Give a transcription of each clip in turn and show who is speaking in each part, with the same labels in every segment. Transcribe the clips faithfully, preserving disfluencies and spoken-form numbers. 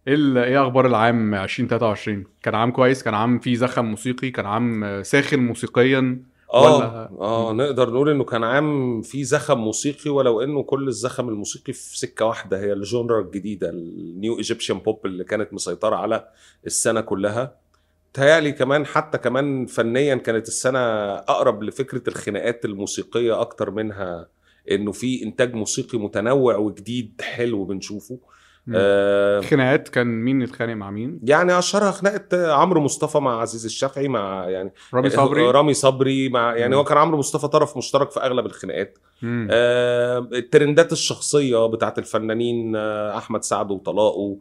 Speaker 1: ايه ال- ايه اخبار العام ألفين وتلاتة وعشرين؟ كان عام كويس؟ كان عام فيه زخم موسيقي؟ كان عام آه، ساخن موسيقيا
Speaker 2: اه
Speaker 1: ولا
Speaker 2: اه
Speaker 1: مم.
Speaker 2: نقدر نقول انه كان عام فيه زخم موسيقي، ولو انه كل الزخم الموسيقي في سكة واحدة، هي الجونرا الجديدة النيو ايجيبشن بوب اللي كانت مسيطرة على السنة كلها. تهيألي كمان حتى كمان فنيا كانت السنة أقرب لفكرة الخناقات الموسيقية أكتر منها إنه في إنتاج موسيقي متنوع وجديد حلو بنشوفه.
Speaker 1: مم.
Speaker 2: آه
Speaker 1: خناقات؟ كان مين يتخانق مع مين؟
Speaker 2: يعني أشهرها خناقة عمرو مصطفى مع عزيز الشافعي، مع يعني
Speaker 1: رامي
Speaker 2: آه،
Speaker 1: صبري.
Speaker 2: رامي صبري، مع يعني هو
Speaker 1: مم.
Speaker 2: كان عمرو مصطفى طرف مشترك في أغلب الخناقات.
Speaker 1: مم.
Speaker 2: آه الترندات الشخصية بتاعت الفنانين، آه أحمد سعد وطلاقه،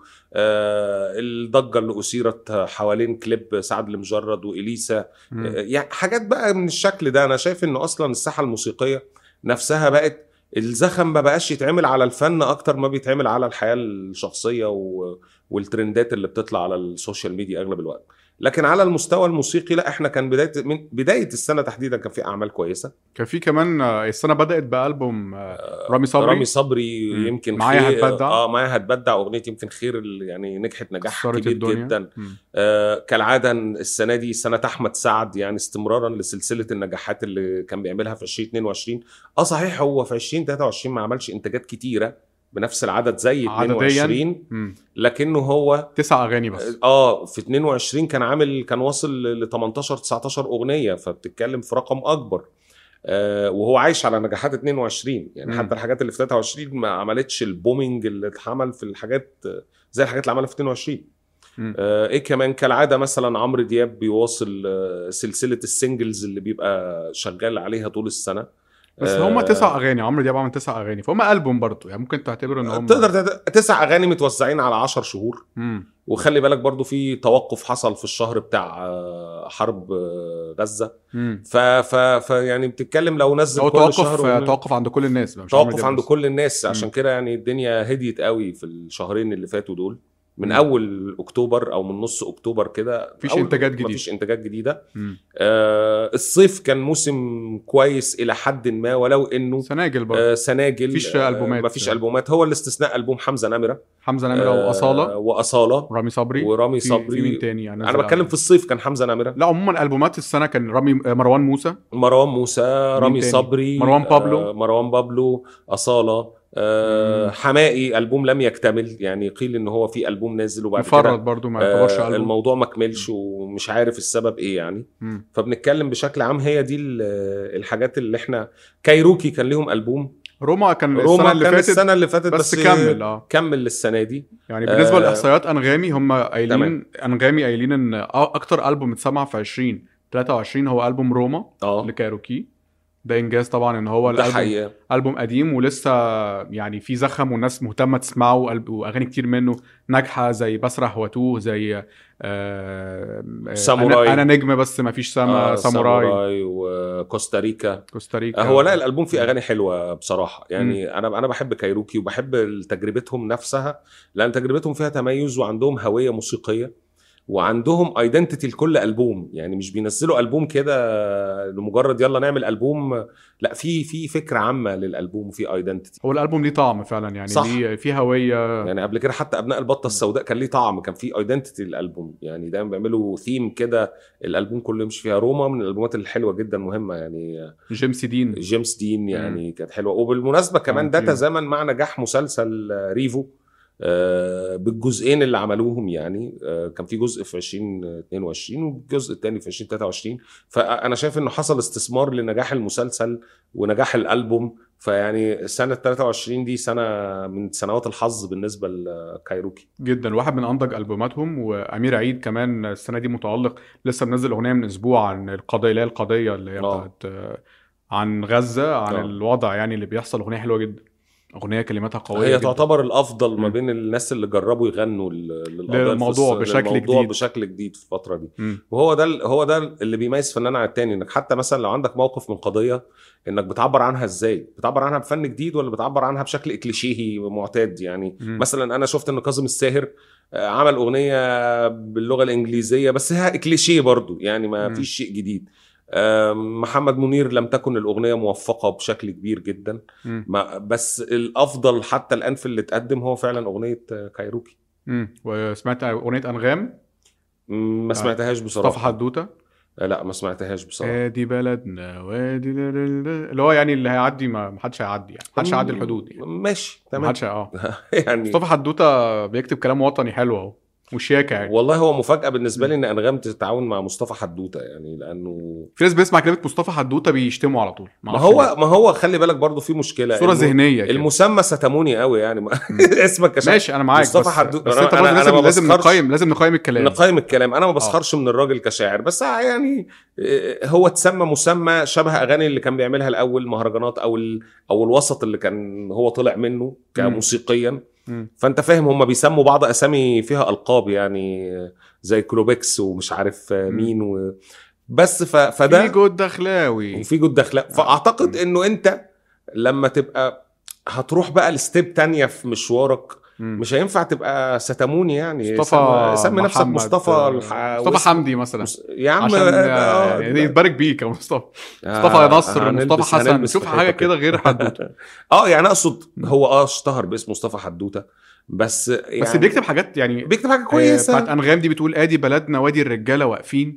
Speaker 2: آه الضجة اللي أثيرت حوالين كليب سعد المجرد وإليسا. آه
Speaker 1: مم.
Speaker 2: يعني حاجات بقى من الشكل ده. أنا شايف إنه أصلا الساحة الموسيقية نفسها بقت الزخم ما بقاش يتعمل على الفن اكتر ما بيتعمل على الحياة الشخصية و... والترندات اللي بتطلع على السوشيال ميديا اغلب الوقت. لكن على المستوى الموسيقي لا، احنا كان بداية من بداية السنة تحديدا كان في اعمال كويسة.
Speaker 1: كان في كمان آه، السنة بدأت بألبوم آه، رامي
Speaker 2: رامي
Speaker 1: صبري.
Speaker 2: صبري
Speaker 1: مم.
Speaker 2: يمكن
Speaker 1: معايا
Speaker 2: خير،
Speaker 1: هتبدع.
Speaker 2: اه معايا هتبدع، اغنية يمكن خير اللي يعني نجحت نجاح
Speaker 1: كسرت
Speaker 2: كبير
Speaker 1: الدنيا.
Speaker 2: جدا.
Speaker 1: مم.
Speaker 2: آه كالعادة السنة دي سنة احمد سعد، يعني استمرارا لسلسلة النجاحات اللي كان بيعملها في ألفين واتنين وعشرين. اه صحيح هو في ألفين وتلاتة وعشرين ما عملش انتاجات كتيرة بنفس العدد زي
Speaker 1: عدديا.
Speaker 2: اتنين وعشرين،
Speaker 1: مم.
Speaker 2: لكنه هو
Speaker 1: تسع أغاني بس.
Speaker 2: اه في اتنين وعشرين كان عامل كان واصل ل تمنتاشر تسعتاشر اغنيه، فبتتكلم في رقم اكبر. آه وهو عايش على نجاحات اتنين وعشرين، يعني حتى
Speaker 1: مم.
Speaker 2: الحاجات اللي في تلاتة وعشرين ما عملتش البومينج اللي اتعمل في الحاجات آه، زي الحاجات اللي عملها في اتنين وعشرين.
Speaker 1: مم.
Speaker 2: آه ايه كمان كالعاده مثلا عمرو دياب بيواصل آه سلسله السنجلز اللي بيبقى شغال عليها طول السنه.
Speaker 1: بس هما تسع
Speaker 2: آه
Speaker 1: أغاني، عمرو دياب عمل تسع أغاني، فهم ألبوم برضو، يعني ممكن تعتبر إن هم.
Speaker 2: تقدر تت- تسع اغاني متوزعين على عشر شهور.
Speaker 1: مم.
Speaker 2: وخلي بالك برضو في توقف حصل في الشهر بتاع آه، حرب آه، غزة.
Speaker 1: مم.
Speaker 2: ف ف ف يعني بتتكلم لو نزل
Speaker 1: هو
Speaker 2: كل شهر
Speaker 1: توقف
Speaker 2: أغنية.
Speaker 1: توقف عند كل الناس بقى، مش عمرو
Speaker 2: توقف
Speaker 1: دياب
Speaker 2: عند
Speaker 1: بس.
Speaker 2: كل الناس، عشان
Speaker 1: مم.
Speaker 2: كده يعني الدنيا هديت قوي في الشهرين اللي فاتوا دول. من
Speaker 1: مم.
Speaker 2: اول اكتوبر او من نص اكتوبر كده، من
Speaker 1: مفيش انتاجات
Speaker 2: اول ما
Speaker 1: جديده.
Speaker 2: فيش انتاجات جديده.
Speaker 1: مم.
Speaker 2: آه الصيف كان موسم كويس الى حد ما، ولو انه
Speaker 1: سناجل برضو.
Speaker 2: آه سناجل،
Speaker 1: مفيش
Speaker 2: آه ما
Speaker 1: البومات.
Speaker 2: فيش البومات. هو الاستثناء البوم حمزة نمرة
Speaker 1: حمزه نمره
Speaker 2: آه
Speaker 1: واصاله.
Speaker 2: واصاله
Speaker 1: رامي صبري.
Speaker 2: ورامي
Speaker 1: في في مين
Speaker 2: صبري.
Speaker 1: تاني يعني
Speaker 2: انا
Speaker 1: نزل
Speaker 2: بتكلم
Speaker 1: البوم؟
Speaker 2: في الصيف كان حمزة نمرة،
Speaker 1: لا عموما البومات السنه كان رامي مروان موسى.
Speaker 2: مروان موسى،
Speaker 1: مين
Speaker 2: رامي
Speaker 1: تاني؟
Speaker 2: صبري،
Speaker 1: مروان
Speaker 2: آه
Speaker 1: بابلو.
Speaker 2: مروان بابلو، أصالة، آه
Speaker 1: مم.
Speaker 2: حماقي. ألبوم لم يكتمل، يعني قيل ان هو في ألبوم نازل وبعد
Speaker 1: مفرط
Speaker 2: كده
Speaker 1: برضو ما يعتبرش
Speaker 2: آه
Speaker 1: البوم.
Speaker 2: الموضوع ما كملش،
Speaker 1: مم.
Speaker 2: ومش عارف السبب ايه يعني.
Speaker 1: مم.
Speaker 2: فبنتكلم بشكل عام هي دي ال- الحاجات اللي احنا. كايروكي كان ليهم ألبوم.
Speaker 1: روما كان السنه
Speaker 2: روما
Speaker 1: اللي
Speaker 2: كان
Speaker 1: فاتت.
Speaker 2: السنة اللي فاتت
Speaker 1: بس
Speaker 2: بس
Speaker 1: كمل اه.
Speaker 2: كمل للسنة دي.
Speaker 1: يعني بالنسبه
Speaker 2: آه
Speaker 1: لاحصائيات انغامي، هم
Speaker 2: تمام.
Speaker 1: قايلين انغامي قايلين ان اكتر البوم اتسمع في ألفين وتلاتة وعشرين هو البوم روما
Speaker 2: اه
Speaker 1: لكايروكي. ده انجاز طبعا، ان هو
Speaker 2: ده
Speaker 1: الالبوم
Speaker 2: حقيقة.
Speaker 1: البوم قديم ولسه يعني في زخم والناس مهتمه تسمعه، وألب- واغاني كتير منه ناجحه زي بسرح واتوه، زي آه، آه، انا انا
Speaker 2: ساموراي.
Speaker 1: نجم بس ما فيش سما،
Speaker 2: اه
Speaker 1: ساموراي.
Speaker 2: ساموراي وكوستاريكا. آه،
Speaker 1: كوستاريكا
Speaker 2: هو لا
Speaker 1: و...
Speaker 2: الالبوم فيه
Speaker 1: مم.
Speaker 2: اغاني حلوه بصراحه،
Speaker 1: مم.
Speaker 2: يعني انا انا بحب كايروكي وبحب تجربتهم نفسها، لان تجربتهم فيها تميز وعندهم هويه موسيقيه وعندهم ايدنتيتي لكل البوم. يعني مش بينزلوا البوم كده لمجرد يلا نعمل البوم، لا في في فكره عامه للالبوم وفي ايدنتيتي.
Speaker 1: هو الالبوم ليه طعم فعلا، يعني
Speaker 2: صح.
Speaker 1: ليه في هويه.
Speaker 2: يعني قبل كده حتى ابناء البطه
Speaker 1: مم.
Speaker 2: السوداء كان ليه طعم، كان فيه ايدنتيتي للالبوم، يعني دايما بيعملوا ثيم كده الالبوم كله يمشي فيها. روما من الالبومات الحلوه جدا مهمه يعني.
Speaker 1: جيمس دين.
Speaker 2: جيمس دين
Speaker 1: مم.
Speaker 2: يعني كانت حلوه. وبالمناسبه كمان ده
Speaker 1: تارانتينو.
Speaker 2: تزامن مع نجاح مسلسل آه، ريفو، آه، بالجزئين اللي عملوهم. يعني آه، كان في جزء في ألفين واتنين وعشرين والجزء الثاني في ألفين وتلاتة وعشرين. فانا شايف انه حصل استثمار لنجاح المسلسل ونجاح الالبوم. فيعني سنه تلاتة وعشرين دي سنه من سنوات الحظ بالنسبه لكايروكي.
Speaker 1: جدا، واحد من انضج البوماتهم. وامير عيد كمان السنه دي متالق، لسه منزل اغنيه من اسبوع عن القضيه، اللي هي القضيه اللي هي
Speaker 2: اه
Speaker 1: بتاعت آه، عن غزه، عن
Speaker 2: اه
Speaker 1: الوضع يعني اللي بيحصل. اغنيه حلوه جدا، اغنيه كلماتها قويه
Speaker 2: هي
Speaker 1: جدا.
Speaker 2: تعتبر الافضل ما
Speaker 1: مم.
Speaker 2: بين الناس اللي جربوا يغنوا لل- للقضايا الفص...
Speaker 1: للموضوع بشكل
Speaker 2: للموضوع
Speaker 1: جديد.
Speaker 2: بشكل جديد في الفتره دي.
Speaker 1: مم.
Speaker 2: وهو ده ال- هو ده اللي بيميز فنان عن التاني، انك حتى مثلا لو عندك موقف من قضيه، انك بتعبر عنها ازاي؟ بتعبر عنها بفن جديد ولا بتعبر عنها بشكل كليشيهي معتاد؟ يعني
Speaker 1: مم.
Speaker 2: مثلا انا شفت ان كاظم الساهر آه، عمل اغنيه باللغه الانجليزيه بس هي كليشيه برضو، يعني ما
Speaker 1: مم.
Speaker 2: فيش شيء جديد. آم، محمد منير لم تكن الأغنية موفقة بشكل كبير جدا.
Speaker 1: مم.
Speaker 2: ما بس الافضل حتى الان في اللي اتقدم هو فعلا اغنيه كايروكي.
Speaker 1: امم وسمعت اغنيه انغام؟
Speaker 2: ما سمعتهاش بصراحه.
Speaker 1: مصطفى حدوته؟
Speaker 2: لا ما سمعتهاش بصراحه.
Speaker 1: ادي بلدنا وادي اللي هو يعني اللي هيعدي ما حدش هيعدي يعني، ما حدش هيعدي الحدود يعني.
Speaker 2: ماشي تمام.
Speaker 1: ما حدش اه
Speaker 2: يعني
Speaker 1: مصطفى حدوته بيكتب كلام وطني حلو اهو وشياكه يعني.
Speaker 2: والله هو مفاجاه بالنسبه لي ان انغام تتعاون مع مصطفى حدوته يعني، لانه
Speaker 1: في ناس بيسمع كلمه مصطفى حدوته بيشتموا على طول.
Speaker 2: ما هو ما هو خلي بالك برضو في مشكله،
Speaker 1: صوره ذهنيه كده.
Speaker 2: المسمى ستموني قوي يعني اسمك كشف
Speaker 1: ماشي انا معاك،
Speaker 2: مصطفى
Speaker 1: بس,
Speaker 2: حدوته.
Speaker 1: بس انت برضه لازم لازم نقيم لازم نقيم الكلام
Speaker 2: نقيم الكلام انا ما بسخرش من الراجل كشاعر، بس يعني هو تسمى مسمى شبه اغاني اللي كان بيعملها الاول مهرجانات او ال... او الوسط اللي كان هو طلع منه كموسيقيا. م. فانت فاهم هم بيسموا بعض اسامي فيها القاب يعني زي كلوبكس ومش عارف مين و... بس ف... فده
Speaker 1: في جود دخلاوي
Speaker 2: وفي جود دخلاوي. فاعتقد انه انت لما تبقى هتروح بقى الستيب تانية في مشوارك مم. مش هينفع تبقى ستموني يعني
Speaker 1: مصطفى
Speaker 2: سمي نفسك مصطفى الح...
Speaker 1: مصطفى حمدي مثلا
Speaker 2: مص... يا عم
Speaker 1: عشان آه يعني يتبارك بيك يا مصطفى آه مصطفى نصر مصطفى حسن شوف حاجه كده غير حدوته
Speaker 2: اه يعني اقصد هو اه اشتهر باسم مصطفى حدوته بس يعني
Speaker 1: بس بيكتب حاجات يعني
Speaker 2: بيكتب حاجه كويسه.
Speaker 1: بتاعت انغام دي بتقول ادي بلدنا وادي الرجاله واقفين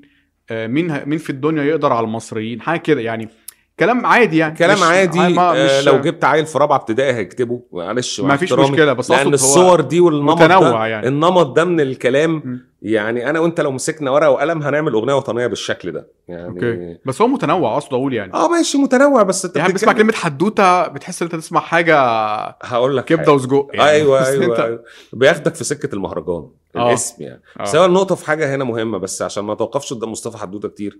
Speaker 1: مين مين في الدنيا يقدر على المصريين حاجه كده يعني، كلام عادي يعني
Speaker 2: كلام عادي
Speaker 1: مش
Speaker 2: لو جبت عيل في رابعه ابتدائي هيكتبه معلش
Speaker 1: ما فيش مشكله، بس
Speaker 2: لان الصور دي والنمط ده
Speaker 1: يعني.
Speaker 2: النمط ده من الكلام م. يعني انا وانت لو مسكنا ورقه وقلم هنعمل اغنيه وطنيه بالشكل ده يعني.
Speaker 1: اوكي بس هو متنوع اقصد اقول يعني
Speaker 2: اه ماشي متنوع بس انت
Speaker 1: يعني بتسمع كلمه حدوته بتحس ان انت تسمع حاجه
Speaker 2: هقول لك
Speaker 1: كبده وسجق
Speaker 2: يعني. ايوه ايوه, أيوة. بياخدك في سكه المهرجان آه. الاسم يعني آه. سواء النقطه في حاجه هنا مهمه بس عشان ما توقفش قدام مصطفى حدوته كتير.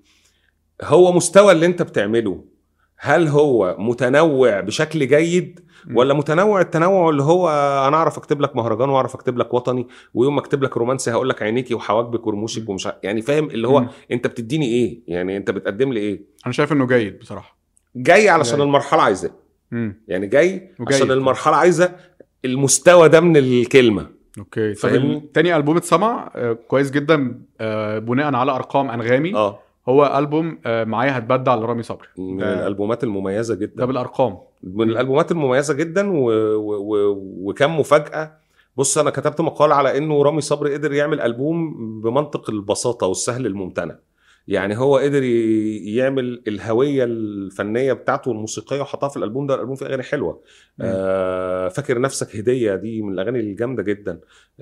Speaker 2: هو مستوى اللي انت بتعمله هل هو متنوع بشكل جيد ولا متنوع التنوع اللي هو انا اعرف اكتب لك مهرجان واعرف اكتب لك وطني ويوم ما اكتب لك رومانسي هقول لك عينيكي وحواجبك ورموشك ومش يعني فاهم اللي هو م. انت بتديني ايه يعني انت بتقدم لي ايه.
Speaker 1: انا شايف انه جيد بصراحه
Speaker 2: جاي علشان جاي. المرحله عايزه يعني جاي عشان المرحله عايزه المستوى ده من الكلمه.
Speaker 1: اوكي طب تاني البوم اتسمع كويس جدا بناء على ارقام انغامي اه هو ألبوم معايا هتبدع لرامي صبري
Speaker 2: من الألبومات المميزة جدا
Speaker 1: ده بالأرقام
Speaker 2: من الألبومات المميزة جدا و... و... وكم مفاجأة. بص أنا كتبت مقال على إنه رامي صبري قدر يعمل ألبوم بمنطق البساطة والسهل الممتنع يعني هو قدر يعمل الهوية الفنية بتاعته الموسيقية وحطها في الألبوم ده. الألبوم فيه أغاني حلوة آه فاكر نفسك هدية دي من الأغاني الجامدة جدا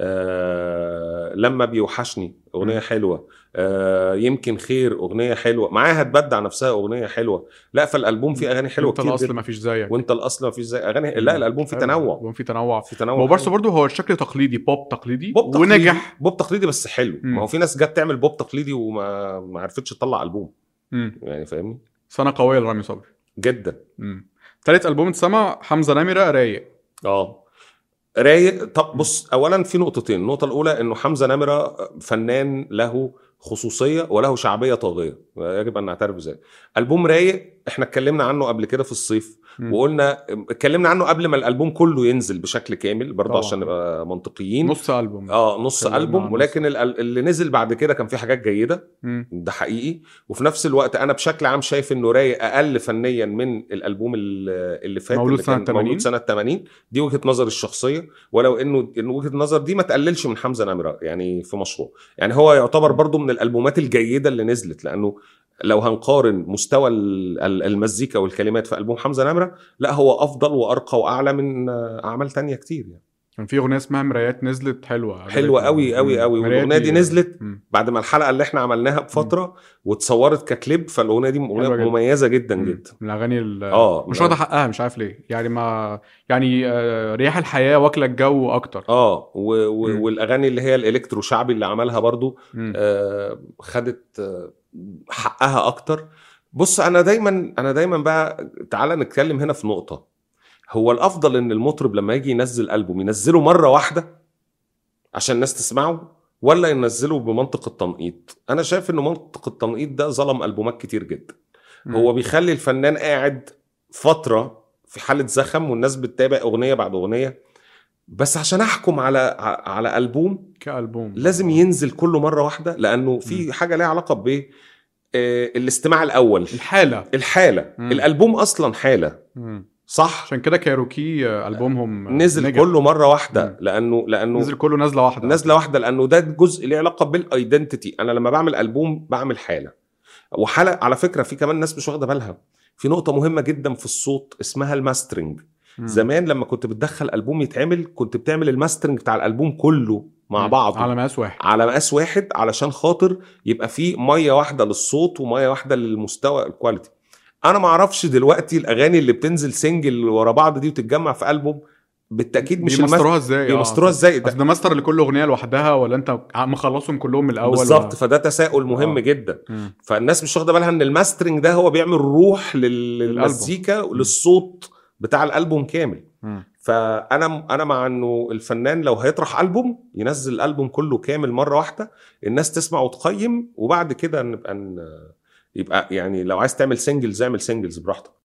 Speaker 2: آه لما بيوحشني أغنية حلوة آه يمكن خير أغنية حلوة معاها هتبدع نفسها أغنية حلوة. لا فالألبوم فيه أغاني حلوة كتير.
Speaker 1: وانت الأصل ما فيش زيك
Speaker 2: وانت الأصل ما فيش زي أغاني. لا الألبوم فيه تنوع.
Speaker 1: الألبوم فيه تنوع
Speaker 2: في تنوع.
Speaker 1: ما هو برضه برضه هو الشكل تقليدي بوب تقليدي
Speaker 2: بوب
Speaker 1: ونجح
Speaker 2: بوب تقليدي بس حلو. ما هو في ناس جت تعمل بوب تقليدي وما ما عرفتش تطلع ألبوم مم. يعني فاهمني.
Speaker 1: سنة قوية لرامي صبري
Speaker 2: جدا.
Speaker 1: امم ثالث ألبوم اتسمع حمزة نمرة رايق.
Speaker 2: اه رايق. طب بص اولا في نقطتين. النقطه الاولى انه حمزة نمرة فنان له خصوصيه وله شعبيه طاغيه يجب ان نعترف بذلك. البوم رايق احنا اتكلمنا عنه قبل كده في الصيف م. وقلنا اتكلمنا عنه قبل ما الالبوم كله ينزل بشكل كامل برضه عشان نبقى منطقيين.
Speaker 1: نص البوم
Speaker 2: اه نص البوم ولكن نص. اللي نزل بعد كده كان فيه حاجات جيده م. ده حقيقي. وفي نفس الوقت انا بشكل عام شايف انه رايق اقل فنيا من الالبوم اللي فات
Speaker 1: مولود
Speaker 2: اللي كان
Speaker 1: سنة
Speaker 2: مولود سنه ثمانين. دي وجهه نظري الشخصيه ولو انه ان وجهه النظر دي ما تقللش من حمزة نمرة يعني في مشروع يعني هو يعتبر برضه من الالبومات الجيده اللي نزلت. لانه لو هنقارن مستوى المزيكا والكلمات في ألبوم حمزة نمرة لا هو أفضل وأرقى وأعلى من أعمال تانية كتير يعني.
Speaker 1: كان في أغنية اسمها مرايات نزلت حلوة
Speaker 2: حلوة قوي قوي قوي والأغنية دي نزلت م. بعد ما الحلقة اللي احنا عملناها بفترة م. واتصورت ككليب. فالأغنية دي أغنية مميزة جدا
Speaker 1: م.
Speaker 2: جدا
Speaker 1: من الأغاني اه مش واخدة حقها مش عارف ليه يعني ما يعني آه رياح الحياة واكلة الجو أكتر
Speaker 2: اه و... و... والأغاني اللي هي الإلكترو شعبي اللي عملها برضو آه خدت آه حقها اكتر. بص انا دايما انا دايما بقى تعالى نتكلم هنا في نقطة. هو الافضل ان المطرب لما يجي ينزل ألبوم ينزله مرة واحدة عشان الناس تسمعه ولا ينزله بمنطق التنقيط؟ انا شايف ان منطق التنقيط ده ظلم ألبومات كتير جدا. م. هو بيخلي الفنان قاعد فترة في حالة زخم والناس بتتابع اغنية بعد اغنية. بس عشان احكم على على ألبوم
Speaker 1: كألبوم
Speaker 2: لازم ينزل كله مرة واحدة لانه في م. حاجة ليها علاقة ب الاستماع الاول
Speaker 1: الحاله
Speaker 2: الحاله م. الالبوم اصلا حاله م. صح.
Speaker 1: عشان كده كايروكي ألبومهم
Speaker 2: نزل
Speaker 1: نجح.
Speaker 2: كله مره واحده
Speaker 1: مم.
Speaker 2: لانه لانه
Speaker 1: نزل كله نزله واحده
Speaker 2: نزله واحده لانه ده جزء له علاقه بالايدنتيتي. انا لما بعمل ألبوم بعمل حاله، وحاله على فكره في كمان ناس مش واخده بالها في نقطه مهمه جدا في الصوت اسمها الماسترنج.
Speaker 1: مم.
Speaker 2: زمان لما كنت بتدخل ألبوم يتعمل كنت بتعمل الماسترنج بتاع الألبوم كله مع بعض
Speaker 1: على مقاس واحد
Speaker 2: على مقاس واحد علشان خاطر يبقى فيه ميه واحده للصوت وميه واحده للمستوى الكواليتي. انا ما اعرفش دلوقتي الاغاني اللي بتنزل سنجل ورا بعض دي وتتجمع في ألبوم بالتاكيد مش
Speaker 1: بيمستروها ازاي
Speaker 2: بيمستروها ازاي
Speaker 1: ده, ده ماستر لكل اغنيه لوحدها ولا انت مخلصهم كلهم من الاول
Speaker 2: بالظبط
Speaker 1: و...
Speaker 2: فده تساؤل مهم
Speaker 1: آه.
Speaker 2: جدا.
Speaker 1: مم.
Speaker 2: فالناس مش واخده بالها ان الماسترنج ده هو بيعمل روح للمزيكا وللصوت بتاع الالبوم كامل.
Speaker 1: مم.
Speaker 2: فانا انا مع انه الفنان لو هيطرح البوم ينزل الالبوم كله كامل مره واحده الناس تسمع وتقيم، وبعد كده نبقى يبقى يعني لو عايز تعمل سينجلز اعمل سينجلز براحتك.